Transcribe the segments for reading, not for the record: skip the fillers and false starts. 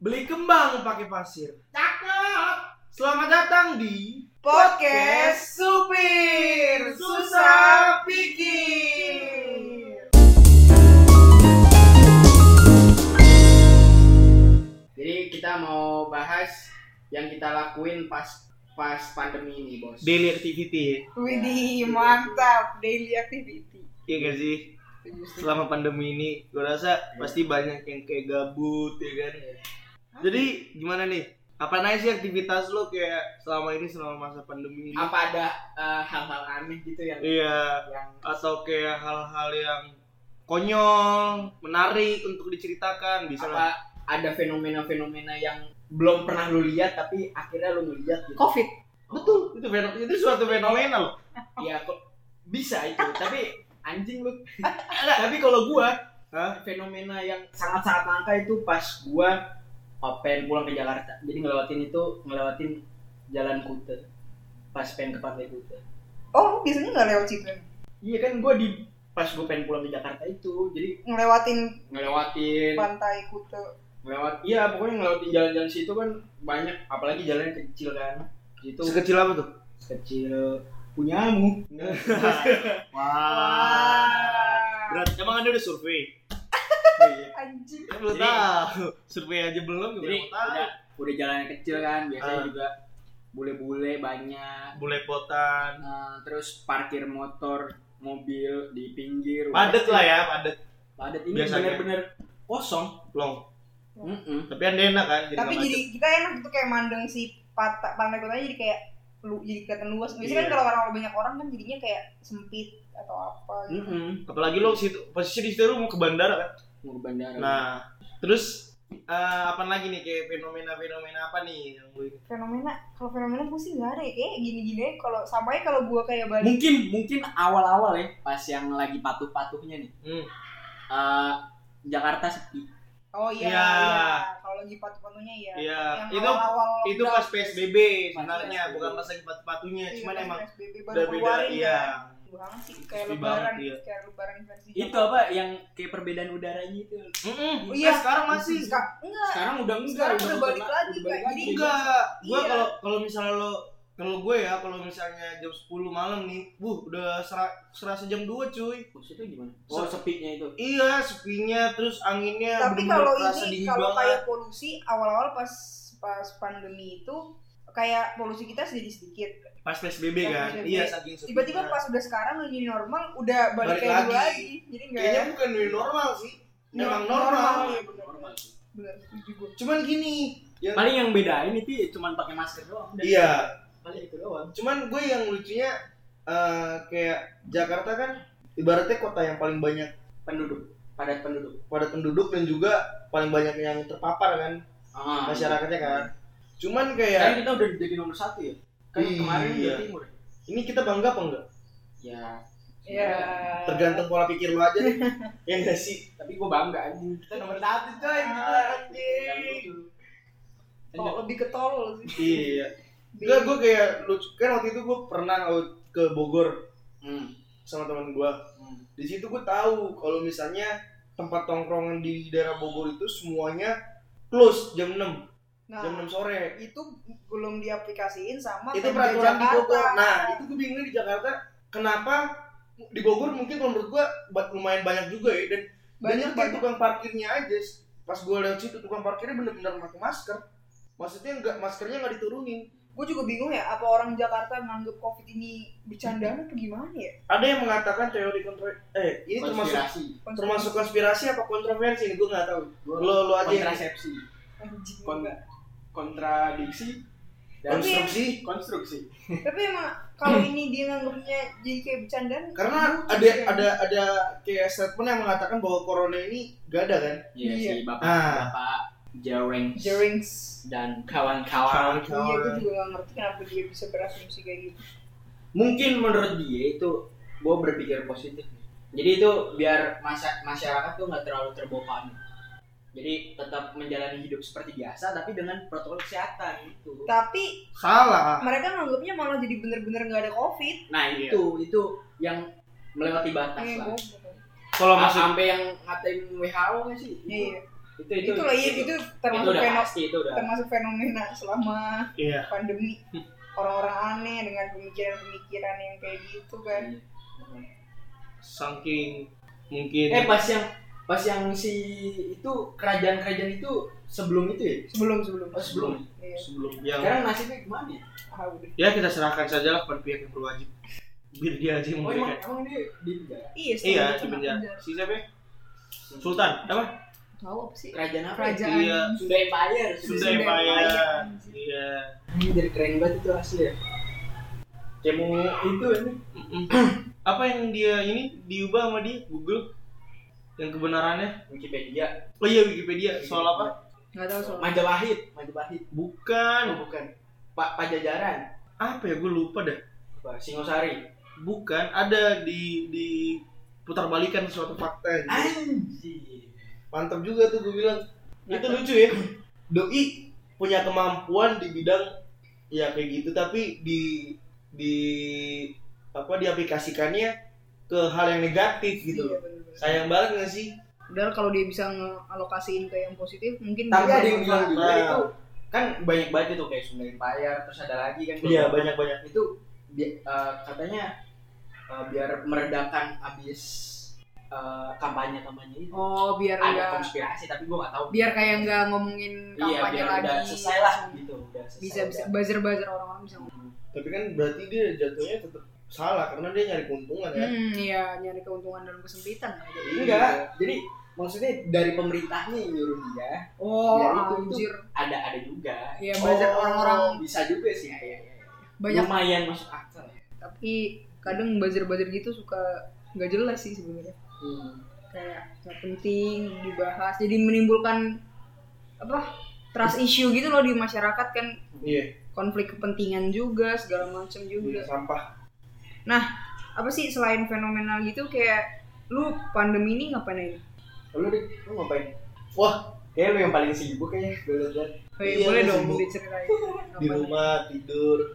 Beli kembang pakai pasir. Cakep. Selamat datang di Podcast Supir Susah Pikir. Jadi kita mau bahas yang kita lakuin pas pandemi ini, Bos. daily activity. Widih, mantap, daily activity. Iya gak sih? Selama pandemi ini gue rasa pasti banyak yang kayak gabut ya kan. Jadi gimana nih? Apa aja sih aktivitas lo kayak selama masa pandemi ini? Apa ada hal-hal aneh gitu yang Iya. Atau kayak hal-hal yang konyol, menarik untuk diceritakan. Bisa apa ada fenomena-fenomena yang belum pernah lu lihat tapi akhirnya lu ngeliat gitu. Covid. Betul, itu suatu fenomena loh. Ya kok bisa itu, tapi anjing lu. Tapi kalau gua fenomena yang sangat-sangat langka itu pas gua pengen pulang ke Jakarta. Jadi ngelewatin Jalan Kute. Pas pengen ke Pantai Kute. Oh, biasanya nggak lewat situ? Iya kan pas gua pengen pulang ke Jakarta itu. Jadi ngelewatin Pantai Kute. Iya pokoknya ngelewatin jalan-jalan situ kan banyak, apalagi jalannya kecil kan. Itu Sekecil apa tuh? kecil punyamu. Wah. Berarti emang Anda udah survei? Anjing. Belum tahu. Survei aja belum, Jadi gimana tahu. udah jalannya kecil kan, biasanya juga bule-bule banyak. Bulepotan. Terus parkir motor, mobil di pinggir. Padet lah ya, padet. Padet ini Biasanya. benar-benar kosong. Long. Mm-mm. Tapi Anda enak kan? Tapi nggak jadi macet. kita enak gitu kayak mandang si pantai kotanya jadi kayak jadi kelihatan luas. Biasanya kan Iya. kalau banyak orang kan jadinya kayak sempit atau apa gitu. Apalagi lo situ posisi di situ lo mau ke bandara kan? Mau ke bandara. Nah, terus apa lagi nih kayak fenomena apa nih yang lo ingat? Fenomena gue sih nggak ada ya, kayak gini-gini aja. Kalau sampai kalau gue kayak balik Mungkin awal-awal ya, pas yang lagi patuh-patuhnya nih. Jakarta sepi. oh iya, Iya. kalau lagi patuh-patuhnya ya. Iya, Yang itu awal-awal itu udah pas PSBB sebenarnya, PSBB. bukan pas lagi patuh-patuhnya, Iya, cuman pas emang PSBB baru udah beda, keluarin iya. kan. Banget sih kayak Sepi lebaran, banget, iya. kayak lebaran versi Itu apa yang kayak perbedaan udaranya itu? Oh iya, sekarang masih. enggak. Sekarang udah enggak, Sekarang udah balik lagi, udah balik Kak. lagi. Jadi- Enggak, gue Iya. kalau misalnya kalau misalnya jam 10 malam nih, udah serasa jam 2 cuy. Maksudnya gimana? Oh, sepinya itu. Iya, sepinya, terus anginnya Tapi bener-bener kalau kerasa ini dingin kalau banget. kayak polusi awal-awal pas pandemi itu kayak polusi kita sedikit. Pas PSBB kan, PSBB. iya saking sepinya. Tiba-tiba pas udah sekarang udah jadi normal, udah balik Balik kayak dulu lagi. lagi. Jadi enggak Kayaknya bukan new normal sih, memang normal. Iya, benar. Normal sih. Benar, setuju gue. Cuman gini, yang Paling yang bedain itu cuman pakai masker doang. Udah. iya, Paling itu doang. cuman gue yang lucunya kayak Jakarta kan ibaratnya kota yang paling banyak Padat penduduk. padat penduduk dan juga paling banyak yang terpapar kan masyarakatnya kan. Cuman Sekarang kayak kita udah jadi nomor 1 ya. Kan Iya. kemarin di Timur. ini kita bangga apa enggak? Ya. Ya. Tergantung pola pikir lu aja deh. Ya enggak sih? Tapi gue bangga anjing. Kita nomor 1 coy. Anjing. Lebih ke tol sih. Iya. Enggak, gue kayak lucu kan waktu itu gue pernah ke Bogor sama teman gue. Di situ gue tahu kalau misalnya tempat tongkrongan di daerah Bogor itu semuanya close jam 6. Nah, Jam 6 sore. itu belum diaplikasiin sama Itu Pemda peraturan di Jakarta. Bogor. Nah, itu gue bingung di Jakarta. Kenapa di Bogor mungkin kalau menurut gue lumayan banyak juga ya. Dan banyak kayak tukang parkirnya aja. Pas gue lewat situ tukang parkirnya bener-bener pakai masker. Maksudnya maskernya nggak diturunin. Gue juga bingung ya, apa orang Jakarta menganggap COVID ini bercandaan atau gimana ya? Ada yang mengatakan teori ini termasuk konspirasi apa kontroversi nih, gue nggak tahu. Lo aja yang kontrasepsi. Anjing Kon- enggak. Kontradiksi dan konstruksi. Tapi emang kalau ini dia nganggapnya jadi kayak bercandaan. Karena lucu sih, ada kayak statement yang mengatakan bahwa corona ini gak ada kan? Iya Iya. si Bapak Jerings. dan kawan-kawan. Iya, gue juga gak ngerti kenapa dia bisa berasumsi kayak gitu. Mungkin menurut dia itu gue berpikir positif. Jadi itu biar masyarakat tuh nggak terlalu terbawa panik. Jadi tetap menjalani hidup seperti biasa tapi dengan protokol kesehatan gitu. Tapi Salah. mereka nganggapnya malah jadi bener-bener gak ada COVID. Nah itu yang melewati batas lah. Goblok. Kalau maksud Sampai yang ngatain WHO nggak sih? Iya. Itu termasuk udah pasti, itu udah. termasuk fenomena selama Iya. pandemi. Orang-orang aneh dengan pemikiran yang kayak gitu kan. Saking mungkin pas yang si itu kerajaan itu sebelum itu ya? Sebelum. Iya. sebelum yang Sekarang nasibnya gimana ya? Udah. ya kita serahkan saja lah pada pihak yang berwajib. Biar dia aja yang memberikan. Emang dia di penjara? Iya, Di penjara. Si siapa? Ya? Sultan, apa? Tahu apa sih? Kerajaan apa? Kerajaan. Iya. Sunda Empire. Sunda Empire. Iya. Ini dari keren banget itu asli ya. Kayak mau itu ini. Apa yang dia ini diubah sama dia Google yang kebenarannya? Wikipedia. Oh iya Wikipedia. Soal apa? Enggak tahu soal. Majapahit. Bukan. Bukan. Pajajaran. Apa ya? Gue lupa dah. Singosari. Bukan. Ada di putar balikan suatu fakta. Anjir. Mantap juga tuh gue bilang. Itu lucu ya. Doi punya kemampuan di bidang ya kayak gitu, tapi diaplikasikannya ke hal yang negatif gitu. Iya, bener-bener. Sayang banget nggak sih? Padahal kalau dia bisa ngealokasiin ke yang positif mungkin Tapi dia ada yang bilang juga Nah. itu kan banyak banget itu kayak Sunda Empire, terus ada lagi kan. Iya banyak. Itu katanya biar meredakan abis kampanye itu. Oh, biar Ada enggak konspirasi tapi gue nggak tahu. biar kayak enggak ngomongin Iya, kampanye biar lagi. udah selesai lah gitu, udah selesai. Bisa buzzer orang-orang bisa ngomong. Tapi kan berarti dia jatuhnya tetap salah karena dia nyari keuntungan ya. Iya, nyari keuntungan dalam kesempitan. Enggak, jadi maksudnya dari pemerintahnya yang nyuruh dia. Oh, biar itu anjir. ada juga. Iya, buzzer orang-orang bisa juga sih ya. banyak. Lumayan masuk akal ya. Tapi kadang buzzer-buzzer gitu suka nggak jelas sih sebenarnya. Kayak nggak penting dibahas. Jadi menimbulkan trust issue gitu loh di masyarakat kan. Iya. Konflik kepentingan juga segala macam juga. Sampah. Nah, apa sih selain fenomenal gitu kayak lu pandemi ini ngapain? Lu ngapain? Wah, kayak lu yang paling sibuk kayaknya. Boleh Iya, dong sibuk. diceritain. Di rumah tidur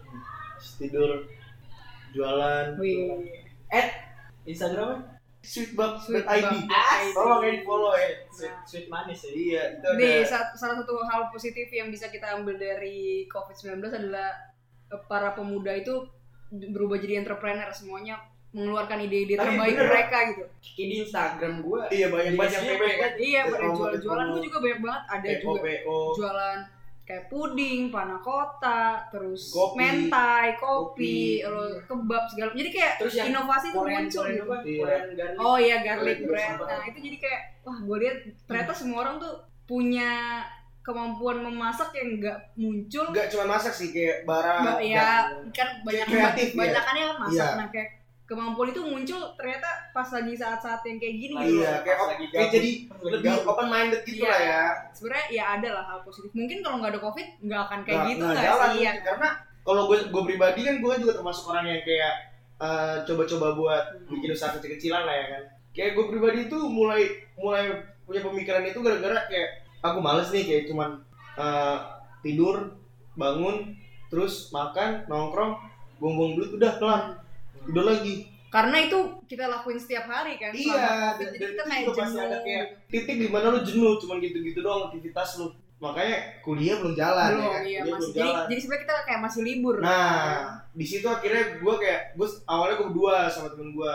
jualan. Wih. Instagramnya? Sweetbug.id. Sweetbug.id. Tolong di follow ya. Sweet manis ya. Iya, itu Nih, ada. salah satu hal positif yang bisa kita ambil dari COVID-19 adalah para pemuda itu berubah jadi entrepreneur, semuanya mengeluarkan ide-ide Tapi terbaik bener. mereka gitu. Kayak di Instagram gue. Iya banyak Isinya cewek kan. Iya, pada promo, jualan-jualan promo. gue juga banyak banget. Ada juga PO. jualan kayak puding, panna cotta, terus Kopi. mentai, kopi, Kopi. lalu kebab segala. Jadi kayak Terus yang inovasi tuh Korean muncul gitu. apa? Iya. Korean garlic. Oh iya, garlic Garlic bread. bread. Nah, itu jadi kayak wah, gue lihat ternyata semua orang tuh punya kemampuan memasak yang nggak muncul. Enggak cuma masak sih kayak barang. Ya kan banyak kreatif, ya. banyakannya kan masak. Iya. Nah, kayak kemampuan itu muncul ternyata pas lagi saat-saat yang kayak gini Iya. gitu. Iya, kayak Pas lagi kayak gabut. jadi lebih open minded gitu Iya. lah ya. Sebenarnya ya ada lah hal positif. Mungkin kalau nggak ada COVID nggak akan kayak gitu nggak nggak jalan sih? Ya. karena kalau gue pribadi kan gue juga termasuk orang yang kayak coba-coba buat bikin usaha kecil-kecilan lah ya kan. Kayak gue pribadi itu mulai punya pemikiran itu gara-gara kayak aku males nih kayak cuman tidur, bangun, terus makan, nongkrong, buang-buang duit udah kelar. Tidur lagi. Karena itu kita lakuin setiap hari kan. Iya, selama COVID. dan Jadi kita itu kayak juga pasti ada jenuh kayak gitu. titik di mana lu jenuh cuman gitu-gitu doang aktivitas lu. Makanya kuliah belum jalan Belum, ya kan. iya, Kuliah masih. belum jalan. Jadi sebenarnya kita kayak masih libur. Nah, di situ akhirnya gue awalnya gue berdua sama temen gue.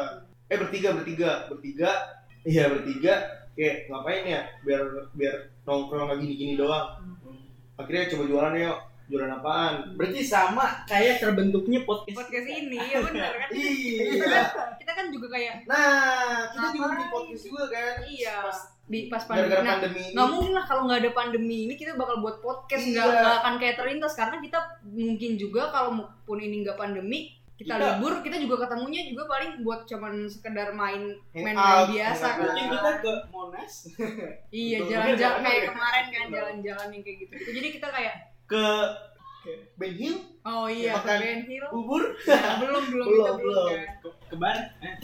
Bertiga. Iya, bertiga. Kayak ngapain ya? Biar nongkrong lagi gini doang. Akhirnya coba jualan yuk. Jualan apaan? Berarti sama kayak terbentuknya podcast ini ya benar kan. Iya. Kita kan juga kayak Nah, kita juga Ngapain? bikin podcast juga kan. iya pas Gara-gara pandemi. Nah, pandemi ini. nggak mungkin lah kalau nggak ada pandemi ini kita bakal buat podcast Iya. nggak akan kayak terlintas karena kita mungkin juga kalaupun ini nggak pandemi kita libur kita juga ketemunya juga paling buat cuman sekedar main Hangout, biasa kan. mungkin kita ke Monas. Iya, Betul. jalan-jalan Betul. kayak kemarin kan Betul. jalan-jalan yang kayak gitu. Jadi kita kayak ke Ben Hill oh iya ke Makan Ben Hill. bubur. Nah, belum kita belum kan. Ke bar.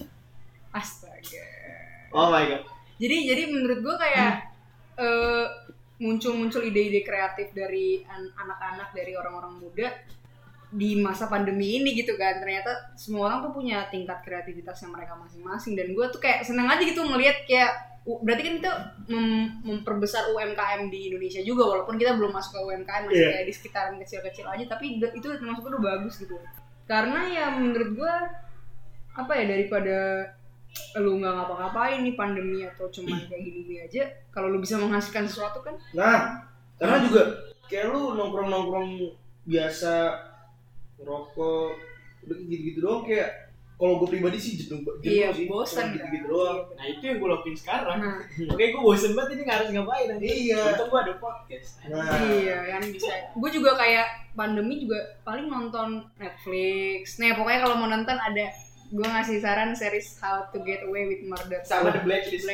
Astaga. Oh my god. Jadi menurut gue kayak muncul ide-ide kreatif dari anak-anak, dari orang-orang muda di masa pandemi ini gitu kan, ternyata semua orang tuh punya tingkat kreativitasnya mereka masing-masing, dan gue tuh kayak seneng aja gitu ngelihat kayak berarti kan kita memperbesar UMKM di Indonesia juga, walaupun kita belum masuk ke UMKM, masih kayak di sekitaran kecil-kecil aja, tapi itu termasuk udah bagus gitu. Karena ya menurut gue apa ya, daripada lu nggak ngapa-ngapain nih pandemi atau cuman kayak gini aja, kalau lu bisa menghasilkan sesuatu kan. Nah, karena juga kayak lu nongkrong biasa ngerokok udah gitu-gitu doang, kayak kalau gue pribadi sih jenuh sih, bosan gitu-gitu doang. Nah itu yang gue lakuin sekarang. Oke, gue bosen banget ini nggak harus ngapain. Iya. Untung gue ada podcast. Iya kan bisa. Gue juga kayak pandemi juga paling nonton Netflix. Nah pokoknya kalau mau nonton ada, gue ngasih saran series How to Get Away with Murder sama The Blacklist.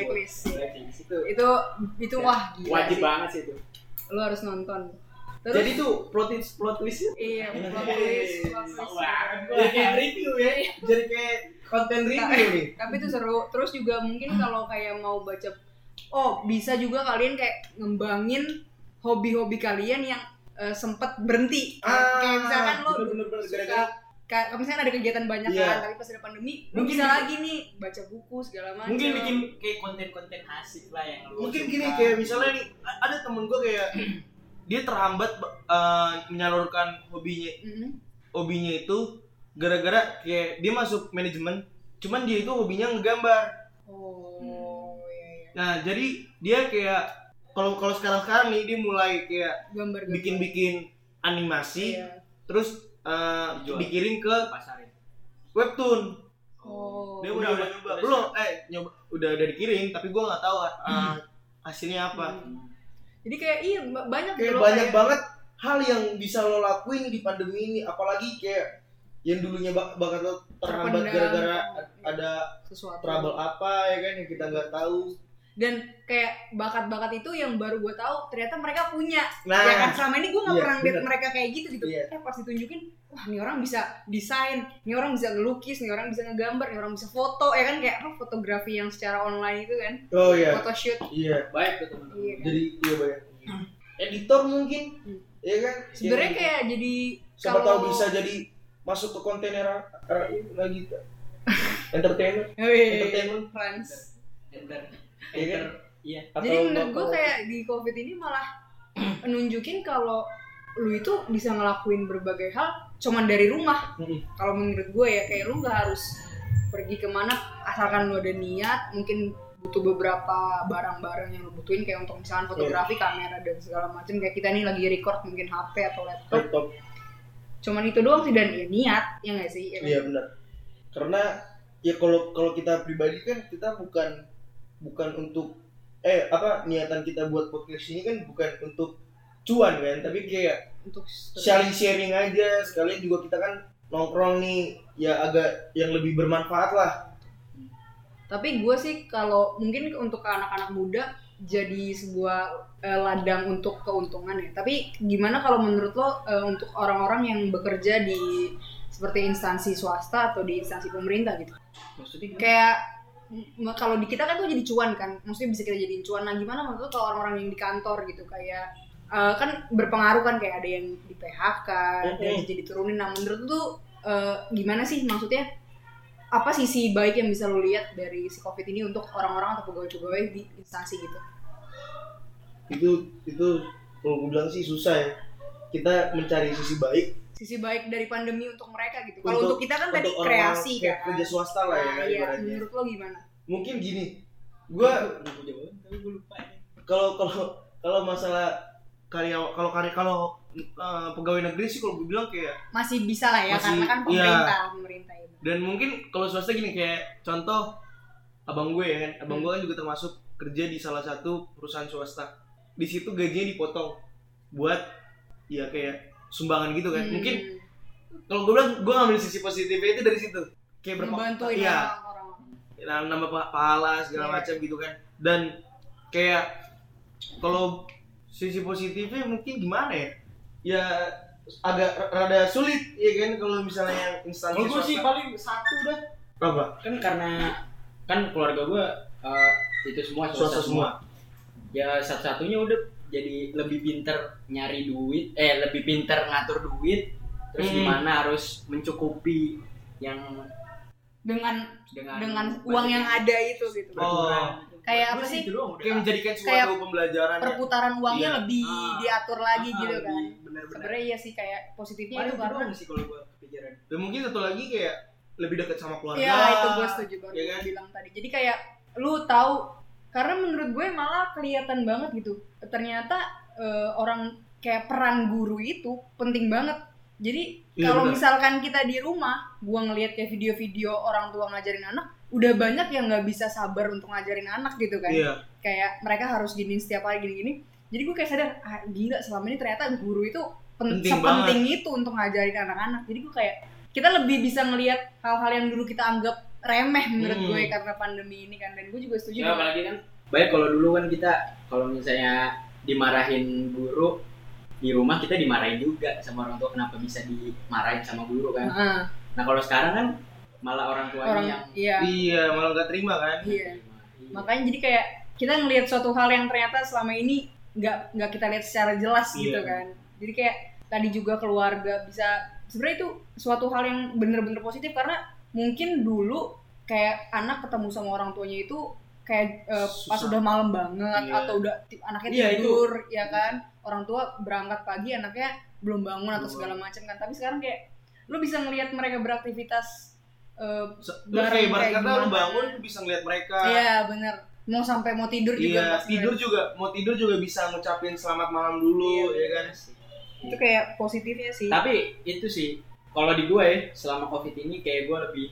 Itu wah gila wajib sih. banget sih itu. Lu harus nonton. Terus, jadi tuh plot twist. Iya, plot twist. Ya kayak review ya. Jadi kayak konten review nih. Tapi itu seru. Terus juga mungkin kalau kayak mau baca, bisa juga kalian kayak ngembangin hobi-hobi kalian yang sempet berhenti. Kayak misalkan lo suka kayak misalnya ada kegiatan banyak kan, tapi pas ada pandemi lo bisa lagi nih baca buku segala macam. Mungkin bikin kayak konten-konten asik lah yang lo mungkin gini, kayak misalnya nih ada temen gue kayak dia terhambat menyalurkan hobinya itu gara-gara kayak dia masuk manajemen, cuman dia itu hobinya ngegambar. Iya. Nah jadi dia kayak kalau sekarang nih dia mulai kayak gambar. bikin animasi, terus dikirim ke pasarin webtoon. Dia udah nyoba belum? Udah dikirim, tapi gue nggak tahu hasilnya apa. Jadi kayak banyak kayak banyak banget hal yang bisa lo lakuin di pandemi ini, apalagi kayak yang dulunya bakat lo terhambat gara-gara ada sesuatu trouble apa ya kan yang kita nggak tahu. Dan kayak bakat-bakat itu yang baru gue tahu ternyata mereka punya. Ya kan selama ini gue nggak pernah lihat mereka kayak gitu. Pas ditunjukin, wah ini orang bisa desain, ini orang bisa ngelukis, ini orang bisa ngegambar, ini orang bisa foto, ya kan kayak fotografi yang secara online itu kan. Photoshoot. Iya. Baik tuh teman-teman. Jadi banyak. Editor mungkin, ya kan. Sebenarnya kayak jadi siapa tahu bisa jadi masuk ke kontainer lagi. Entertainment. Friends. Iya. Jadi menurut gue kayak di COVID ini malah nunjukin kalau lu itu bisa ngelakuin berbagai hal cuman dari rumah. Kalau menurut gue ya kayak lu nggak harus pergi kemana, asalkan lu ada niat. Mungkin butuh beberapa barang-barang yang lu butuhin kayak untuk misalnya fotografi, kamera dan segala macam. Kayak kita nih lagi record mungkin HP atau laptop. Cuman itu doang sih, dan ya niat, ya nggak sih? Iya benar. Karena ya kalau kita pribadi kan kita bukan untuk niatan kita buat podcast ini kan bukan untuk cuan kan, tapi kayak untuk sharing aja. Sekalian juga kita kan nongkrong nih ya agak yang lebih bermanfaat lah. Tapi gue sih kalau mungkin untuk anak-anak muda jadi sebuah ladang untuk keuntungan ya. Tapi gimana kalau menurut lo untuk orang-orang yang bekerja di seperti instansi swasta atau di instansi pemerintah gitu? Maksudnya kayak kalau di kita kan tuh jadi cuan kan, maksudnya bisa kita jadiin cuan. Nah gimana menurut lo kalau orang-orang yang di kantor gitu kayak kan berpengaruh kan, kayak ada yang di PHK, ada yang jadi turunin. Nah menurut lo tuh gimana sih, maksudnya apa sisi baik yang bisa lo lihat dari si COVID ini untuk orang-orang atau pegawai-pegawai di instansi gitu? Itu kalau gue bilang sih susah ya kita mencari sisi baik dari pandemi untuk mereka gitu. Kalau untuk kita kan tadi kreasi kan, kerja swasta lah ya. Iya, menurut lo gimana? Mungkin gini, gue lupa. Kalau masalah kalau pegawai negeri sih kalau gue bilang kayak masih bisa lah ya, karena kan pemerintah ya. Dan mungkin kalau swasta gini, kayak contoh abang gue ya kan, gue kan juga termasuk kerja di salah satu perusahaan swasta. Di situ gajinya dipotong buat ya kayak sumbangan gitu kan. Mungkin kalau gue bilang gue ngambil sisi positifnya itu dari situ, kayak membantuin orang-orang, nambah pahala segala macam gitu kan. Dan kayak kalau sisi positifnya mungkin gimana ya? Ya agak rada sulit ya kan kalau misalnya yang instansi swasta. Kalau gue sih paling satu dah. Apa? Kan karena keluarga gue itu semua swasta semua. Ya satu-satunya udah jadi lebih pinter nyari duit, lebih pinter ngatur duit, terus gimana harus mencukupi yang dengan uang yang ada itu gitu. Kayak apa sih? Kayak menjadikan suatu pembelajaran. Perputaran uangnya lebih diatur lagi gitu kan. Bener-bener. Sebenarnya iya sih kayak positifnya itu karena sih kalau gua kepikiran. Dan mungkin satu lagi kayak lebih dekat sama keluarga. Iya, itu gue setuju banget ya kan? bilang tadi. Jadi kayak lu tahu, karena menurut gue malah kelihatan banget gitu. Ternyata orang kayak peran guru itu penting banget. Jadi kalau misalkan kita di rumah, gue ngelihat kayak video-video orang tua ngajarin anak, udah banyak yang nggak bisa sabar untuk ngajarin anak gitu kan. Iya. Kayak mereka harus gini setiap hari gini-gini. Jadi gue kayak sadar, gila selama ini ternyata guru itu sepenting itu untuk ngajarin anak-anak. Jadi gue kayak kita lebih bisa ngelihat hal-hal yang dulu kita anggap remeh menurut gue karena pandemi ini kan. Dan gue juga setuju. Ya apalagi kan baik kalau dulu kan kita kalau misalnya dimarahin guru di rumah, kita dimarahin juga sama orang tua, kenapa bisa dimarahin sama guru kan. Nah kalau sekarang kan malah orang tuanya yang malah nggak terima kan. Iya. Makanya jadi kayak kita ngelihat suatu hal yang ternyata selama ini nggak kita lihat secara jelas gitu kan. Jadi kayak tadi juga keluarga bisa, sebenarnya itu suatu hal yang bener-bener positif karena mungkin dulu kayak anak ketemu sama orang tuanya itu kayak pas udah malam banget atau udah anaknya tidur ya kan, orang tua berangkat pagi anaknya belum bangun atau segala macam kan. Tapi sekarang kayak lu bisa ngelihat mereka beraktivitas bareng kayak gimana. Lu bangun lu bisa ngelihat mereka. Iya bener, mau tidur juga mau tidur juga bisa ngucapin selamat malam dulu ya kan. Itu kayak positifnya sih. Tapi itu sih kalau di gue selama covid ini kayak gue lebih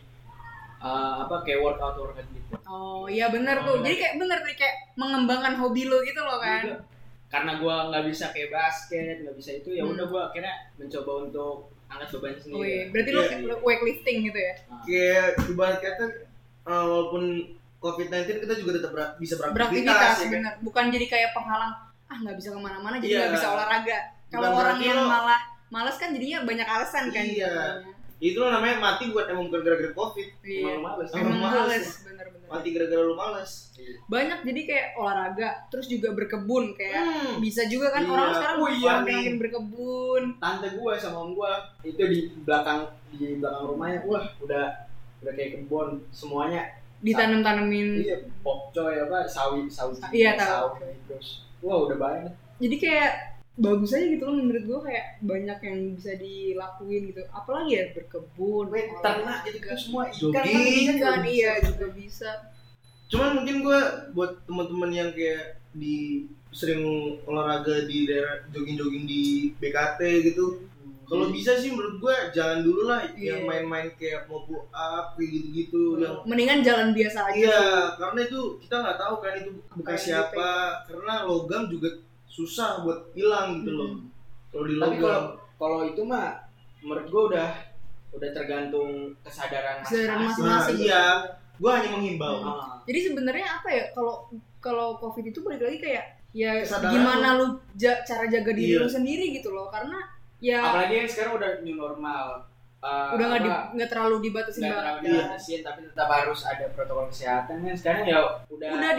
kayak workout gitu. Oh iya benar tuh. Jadi kayak bener nih kayak mengembangkan hobi lo gitu loh kan. Juga. Karena gue nggak bisa kayak basket, nggak bisa itu, ya udah gue akhirnya mencoba untuk angkat beban sendiri. Oh iya. Berarti lo weightlifting gitu ya? Kayak ibarat kata walaupun COVID-19 kita juga tetap bisa beraktivitas ya, bener. Bukan jadi kayak penghalang, nggak bisa kemana-mana jadi nggak bisa olahraga. Kalau orang yang malah malas kan jadinya banyak alasan kan. Iya. Itu namanya mati bukan gara-gara COVID. Iya. Emang males. Bener-bener. Mati gara-gara lu males. Banyak jadi kayak olahraga, terus juga berkebun kayak bisa juga kan orang sekarang makin berkebun. Tante gue sama om gue itu di belakang rumahnya, udah kayak kebun semuanya ditanam-tanamin. Iya, pokcoy sawi. Iya tahu. Terus udah banyak. Jadi kayak bagus aja gitu loh menurut gue, kayak banyak yang bisa dilakuin gitu, apalagi ya berkebun, ternak gitu kan, semua ikan iya juga bisa. Cuman mungkin gue buat teman-teman yang kayak sering olahraga di daerah jogging di BKT gitu, kalau bisa sih menurut gue jangan dulu lah yang main-main kayak mau pull up kayak gitu-gitu, yang mendingan jalan biasa aja. Iya, karena itu kita nggak tahu kan itu bukan siapa, karena logam juga susah buat hilang gitu loh. Kalau di logam. Tapi kalau itu mah menurut gue udah tergantung kesadaran masing-masing. Iya, gue hanya menghimbau. Jadi sebenarnya apa ya, kalau COVID itu balik lagi kayak ya kesadaran gimana lu cara jaga diri lu sendiri gitu loh, karena ya apalagi yang sekarang udah new normal. Udah nggak terlalu dibatasin banget. Tapi tetap harus ada protokol kesehatan kan. Sekarang ya udah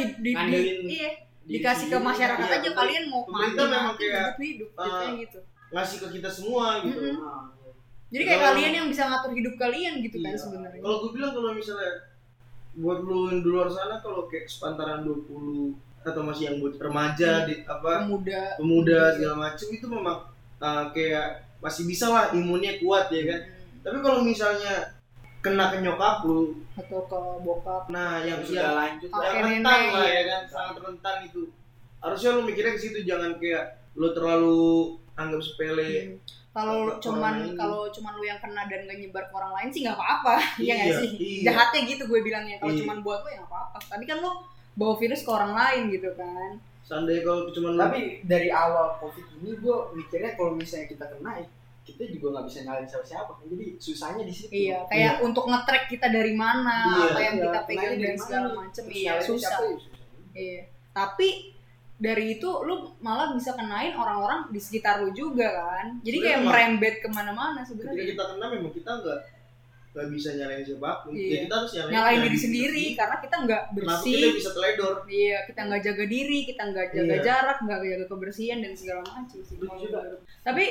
dikasih ke masyarakat aja, kalian mau mati hidup gitu, ngasih ke kita semua gitu. Jadi kayak kalian yang bisa ngatur hidup kalian gitu kan sebenarnya. Kalau gue bilang kalau misalnya buat lu di luar sana, kalau kayak sepantaran 20 atau masih yang buat remaja pemuda segala macam itu memang kayak masih bisa lah imunnya kuat ya kan. Tapi kalau misalnya kena ke nyokap lu atau ke bokap, nah yang sudah lanjut rentan lah ya kan, sangat rentan itu. Harusnya lu mikirnya ke situ, jangan kayak lu terlalu anggap sepele. Kalau cuman lu yang kena dan gak nyebar ke orang lain sih nggak apa-apa. Iya nggak sih? Jahatnya gitu gue bilangnya. Kalau cuman buat lu ya nggak apa-apa. Tapi kan lu bawa virus ke orang lain gitu kan. Seandainya kalau cuman tapi dari awal COVID ini gue mikirnya kalau misalnya kita kena, kita juga nggak bisa nyalain siapa-siapa, jadi susahnya di situ. Iya, kayak untuk nge-track kita dari mana, apa yang kita pegang dan segala macem, susah. Iya. Tapi dari itu lu malah bisa kenain orang-orang di sekitar lu juga kan. Jadi kayak merembet kemana-mana sebenarnya. Ketika kita kena memang kita nggak bisa nyalain siapapun. Ya kita harus nyalain diri sendiri karena kita nggak bersih. Kenapa kita bisa teledor? Iya, kita nggak jaga diri, kita nggak jaga jarak, nggak jaga kebersihan dan segala macam sih. Juga. Tapi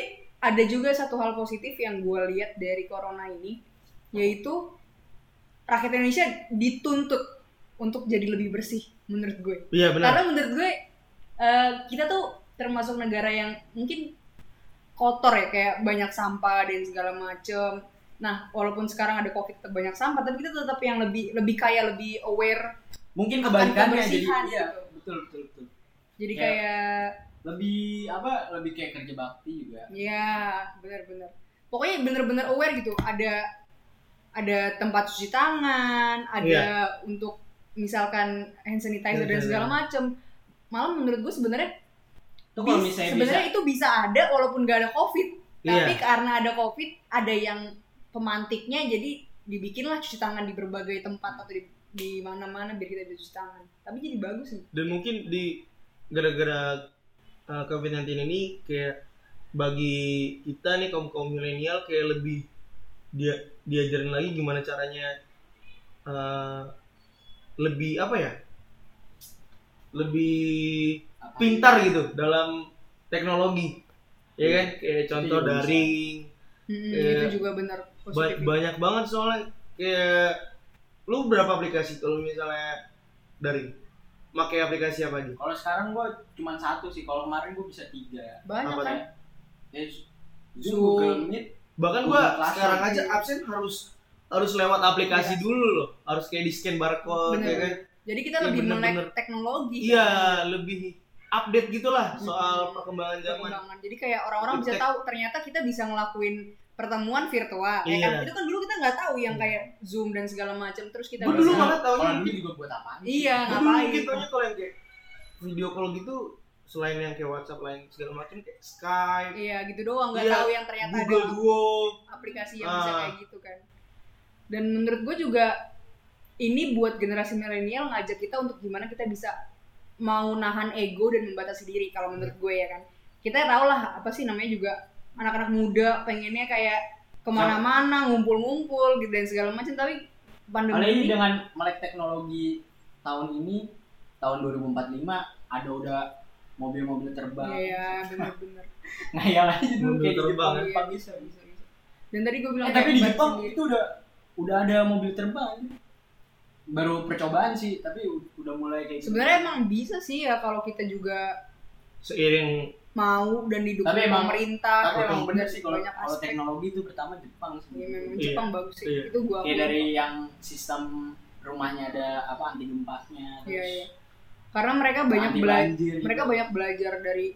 ada juga satu hal positif yang gue lihat dari corona ini, yaitu rakyat Indonesia dituntut untuk jadi lebih bersih menurut gue. Iya benar. Karena menurut gue kita tuh termasuk negara yang mungkin kotor ya, kayak banyak sampah dan segala macem. Nah, walaupun sekarang ada COVID tetap banyak sampah, tapi kita tetap yang lebih kayak lebih aware. Mungkin kebalikannya jadi gitu. betul. Jadi kayak lebih kayak kerja bakti juga. Iya, benar-benar. Pokoknya benar-benar aware gitu. Ada tempat cuci tangan, ada untuk misalkan hand sanitizer dan segala macam. Malah menurut gue sebenarnya itu bisa ada walaupun gak ada COVID. Tapi karena ada COVID, ada yang pemantiknya, jadi dibikinlah cuci tangan di berbagai tempat atau di mana-mana biar kita bisa cuci tangan. Tapi jadi bagus nih. Dan mungkin gara-gara COVID-19 ini kayak bagi kita nih kaum milenial kayak lebih diajarin lagi gimana caranya lebih pintar gitu dalam teknologi, ya kan? Kayak contoh daring. Itu juga benar positif. Banyak banget soalnya. Kayak lu berapa aplikasi kalau misalnya daring? Pakai aplikasi apa aja? Kalau sekarang gue cuma 1 sih. Kalau kemarin gue bisa 3. Banyak kan? Zoom, Google Meet. Bahkan gue sekarang aja absen harus lewat aplikasi dulu loh. Harus kayak di scan barcode, ya kan? Jadi kita lebih melek teknologi. Iya, lebih update gitulah soal perkembangan zaman. Jadi kayak orang-orang bisa tahu ternyata kita bisa ngelakuin pertemuan virtual, ya kan? Itu kan dulu kita nggak tahu yang kayak Zoom dan segala macam. Terus kita bisa. Dulu malah taunya dulu juga buat apaan? Iya, ngapain? Gitu aja kalau yang kayak video call gitu, selain yang kayak WhatsApp lain segala macam kayak Skype. Iya, gitu doang. Nggak tahu yang ternyata Google ada Duo, aplikasi yang bisa kayak gitu kan. Dan menurut gue juga ini buat generasi milenial ngajak kita untuk gimana kita bisa mau nahan ego dan membatasi diri. Kalau menurut gue ya kan, kita tau lah apa sih namanya juga anak-anak muda pengennya kayak kemana-mana ngumpul-ngumpul gitu dan segala macam, tapi pandemi ini dengan melek teknologi tahun 2045 ada udah mobil-mobil terbang. Iya benar-benar. Ngayal aja dulu kayak di Jepang. Iya, bisa. Dan tadi gue bilang tapi di Jepang itu udah ada mobil terbang. Baru percobaan sih, tapi udah mulai kayak gitu. Sebenarnya emang bisa sih ya kalau kita juga seiring mau dan didukung pemerintah. Tapi emang bener sih kalau teknologi itu pertama Jepang sih. Iya, memang Jepang bagus sih. Itu gua kayak dari yang sistem rumahnya ada anti gempanya. Iya. Karena mereka banyak belajar dari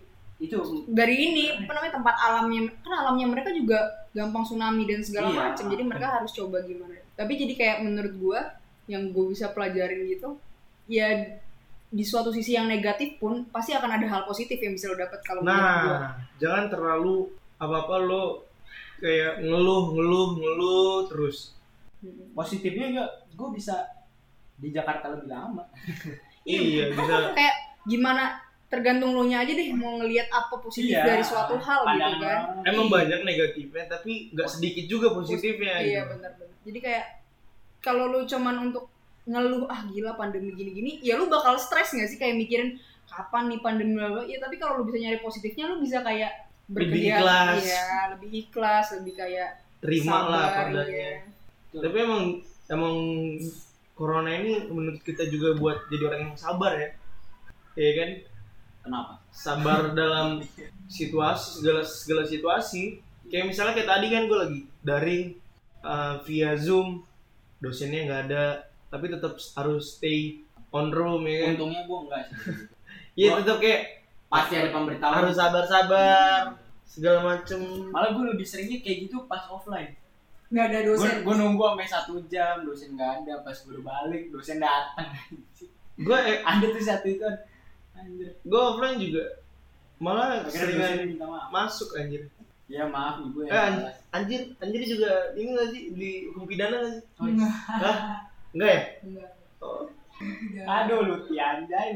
ini tempat alamnya. Kan alamnya mereka juga gampang tsunami dan segala macam. Jadi mereka harus coba gimana. Tapi jadi kayak menurut gua yang gue bisa pelajarin gitu, ya di suatu sisi yang negatif pun pasti akan ada hal positif yang bisa lo dapet kalau menurut gue. Jangan terlalu apa-apa lo kayak ngeluh terus. Positifnya juga gue bisa di Jakarta lebih lama. Iya bisa. Kayak gimana tergantung lo nya aja deh mau ngelihat apa positif dari suatu hal gitu kan. Emang banyak negatifnya tapi nggak sedikit juga positifnya. Iya benar. Jadi kayak kalau lu cuman untuk ngeluh gila pandemi gini-gini, ya lu bakal stres nggak sih kayak mikirin kapan nih pandemi ya. Tapi kalau lu bisa nyari positifnya, lu bisa kayak lebih ikhlas, lebih ikhlas, lebih kayak terima sabar, lah padanya. Tapi emang corona ini menurut kita juga buat jadi orang yang sabar ya, ya kan? Kenapa? Sabar dalam situasi segala situasi. Kayak misalnya kayak tadi kan gue lagi daring via Zoom. Dosennya nggak ada, tapi tetap harus stay on room ya kan? Untungnya gue enggak sih. Iya tetap kayak pasti ada pemberitahuan. Harus sabar segala macem. Malah gue lebih seringnya kayak gitu pas offline. Nggak ada dosen. Gue nunggu sampai 1 jam, dosen nggak ada. Pas gue balik, dosen datang. Gue ada tuh satu itu. Anjir. Gue offline juga malah seringan masuk anjir. Ya maaf ibu ya. Anjir juga ini nggak sih di hukum pidana nggak sih? Enggak. Enggak ya? Enggak. Oh. Aduh Lutfi anjay.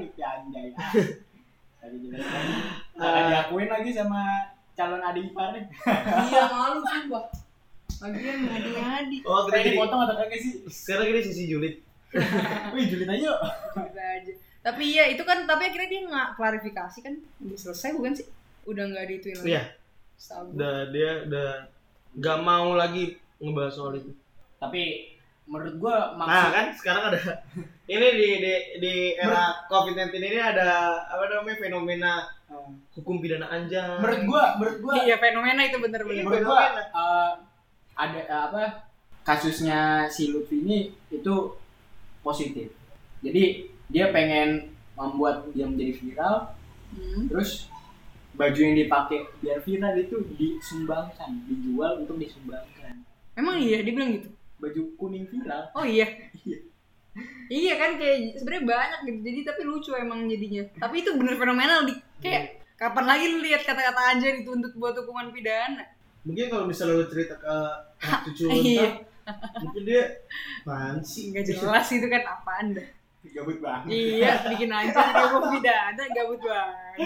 Tadi jelas nggak diakuin lagi sama calon adik iparnya. Iya malu sumpah. Lagian ngadi-ngadi. Oh kita jadi potong atau kagak sih? Sekarang ini sisi julid. Wih julid aja. Tapi iya itu kan, tapi akhirnya dia nggak klarifikasi kan, udah selesai bukan sih? Udah nggak dituin lagi. Iya. Dia udah nggak mau lagi ngebahas soal itu. Tapi menurut gua nah kan sekarang ada ini di era COVID-19 ini ada apa namanya fenomena hukum pidana anjing. Menurut gua iya fenomena itu bener-bener. Menurut gua ada kasusnya si Lutfi ini itu positif. Jadi dia pengen membuat dia menjadi viral, terus baju yang dipakai biar viral itu disumbangkan, dijual untuk disumbangkan. Emang iya dia bilang gitu? Baju kuning viral. Oh iya. Iya kan kayak sebenarnya banyak gitu. Jadi tapi lucu emang jadinya. Tapi itu bener fenomenal kayak kapan lagi lu lihat kata-kata anjing dituntut buat hukuman pidana? Mungkin kalau misalnya lu cerita ke cucu lu mungkin dia apaan sih? Enggak jelas itu kan apaan dah. Gabut banget. Iya, bikin anjing jadi hukum pidana gabut banget.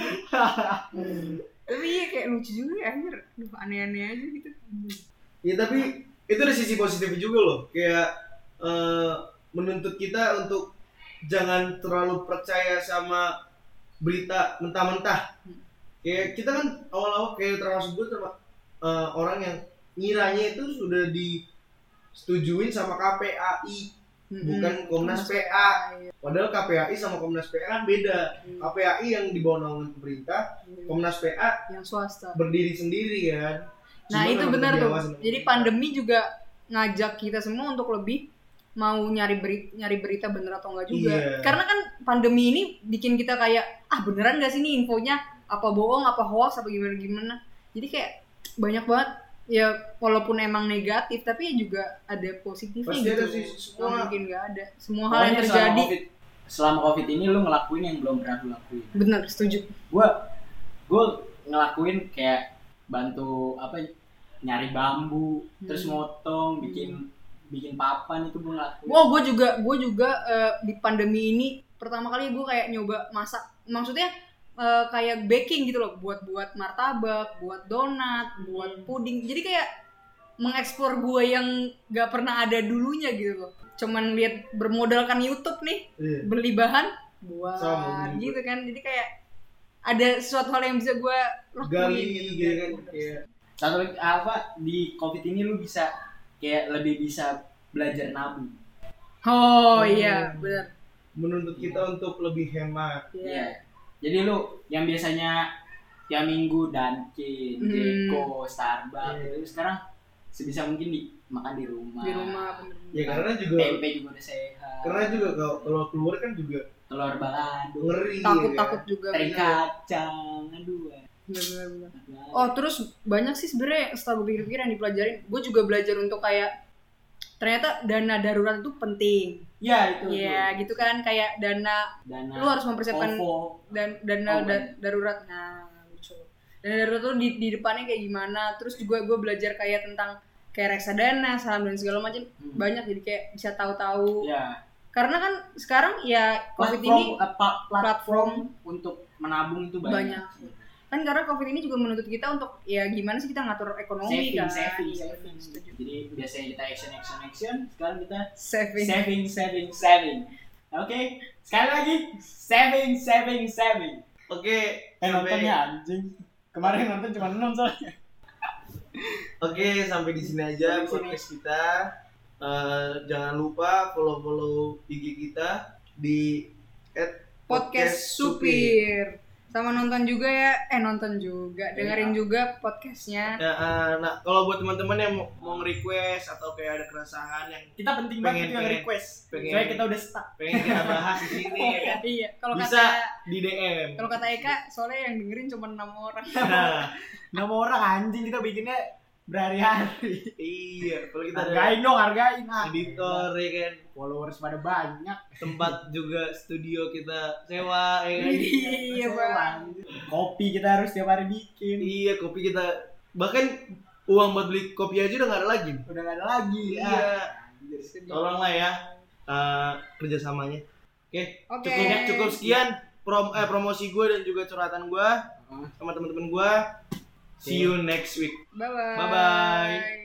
Tapi iya kayak lucu juga ya anjir. Aduh aneh-aneh aja gitu. Ya tapi itu ada sisi positif juga loh. Kayak menuntut kita untuk jangan terlalu percaya sama berita mentah-mentah. Kayak kita kan awal-awal kayak termasuk gue orang yang ngiranya itu sudah disetujuin sama KPAI bukan Komnas PA. Padahal KPAI sama Komnas PA kan beda. KPAI yang di bawah naungan pemerintah, Komnas PA yang swasta. Berdiri sendiri kan. Nah itu benar tuh. Jadi pandemi juga ngajak kita semua untuk lebih mau nyari berita bener atau enggak juga. Iya. Karena kan pandemi ini bikin kita kayak beneran gak sih nih infonya, apa bohong, apa hoax, apa gimana. Jadi kayak banyak banget ya walaupun emang negatif tapi juga ada positifnya. Pasti gitu. Ada sih semua. Mungkin gak ada. Semua hal yang terjadi. Selama COVID ini lu ngelakuin yang belum pernah lu lakuin. Bener, setuju. Gue ngelakuin kayak bantu nyari bambu, terus motong, bikin papan itu gue ngelakuin. Wow, gue juga di pandemi ini pertama kali gue kayak nyoba masak. Maksudnya kayak baking gitu loh, buat martabak, buat donat, buat puding. Jadi kayak mengeksplor gue yang gak pernah ada dulunya gitu loh. Cuman lihat bermodalkan YouTube nih, beli bahan buat gitu kan. Jadi kayak ada suatu hal yang bisa gue lakuin gitu kan. Satu lagi di COVID ini lu bisa kayak lebih bisa belajar nabung. Iya benar. Menuntut kita untuk lebih hemat. Iya. Jadi lu yang biasanya tiap minggu Dunkin, Jeko, Starbucks itu sekarang sebisa mungkin makan di rumah. Di rumah bener. Ya karena juga tempe juga udah sehat. Karena juga kalau keluar kan juga telur balado. Ngeri. Takut juga. Teri kacang, aduh. Bener. Oh terus banyak sih sebenarnya setelah gue pikir-pikir yang dipelajarin. Gue juga belajar untuk kayak ternyata dana darurat itu penting. Ya itu. Iya gitu kan kayak dana lu harus mempersiapkan dana darurat. Nah lucu. Dana darurat tuh di depannya kayak gimana. Terus juga gue belajar kayak tentang kayak reksadana, saham dan segala macam. Banyak jadi kayak bisa tahu-tahu. Ya. Karena kan sekarang ya COVID ini platform untuk menabung itu banyak. Kan karena COVID ini juga menuntut kita untuk ya gimana sih kita ngatur ekonomi saving. Saving. Jadi biasanya kita action, sekarang kita saving. Oke, sekali lagi saving. Oke, nontonnya anjing. Kemarin nonton cuma soalnya. Oke, sampai di sini aja podcast kita. Jangan lupa follow IG kita di @podcastsupir. Sama nonton juga ya, dengerin juga podcastnya. Nah, kalau buat teman-teman yang mau nge-request atau kayak ada keresahan yang kita penting banget itu yang request. Soalnya kita udah stuck. Pengen kita bahas di sini ya kan. Iya, kalau bisa kata di DM. Kalau kata Eka, soalnya yang dengerin cuma 6 orang. 6 orang anjing kita bikinnya berhari-hari. Iya, kalau kita hargain editor ya kan, followers pada banyak, tempat juga studio kita sewa ya kan. Iya bang. Kopi kita harus tiap hari bikin. Iya, kopi kita bahkan uang buat beli kopi aja udah nggak ada lagi. Iya. Tolonglah ya kerjasamanya. Oke. Cukup sekian promosi gue dan juga curhatan gue sama teman-teman gue. See you next week. Bye-bye. Bye-bye.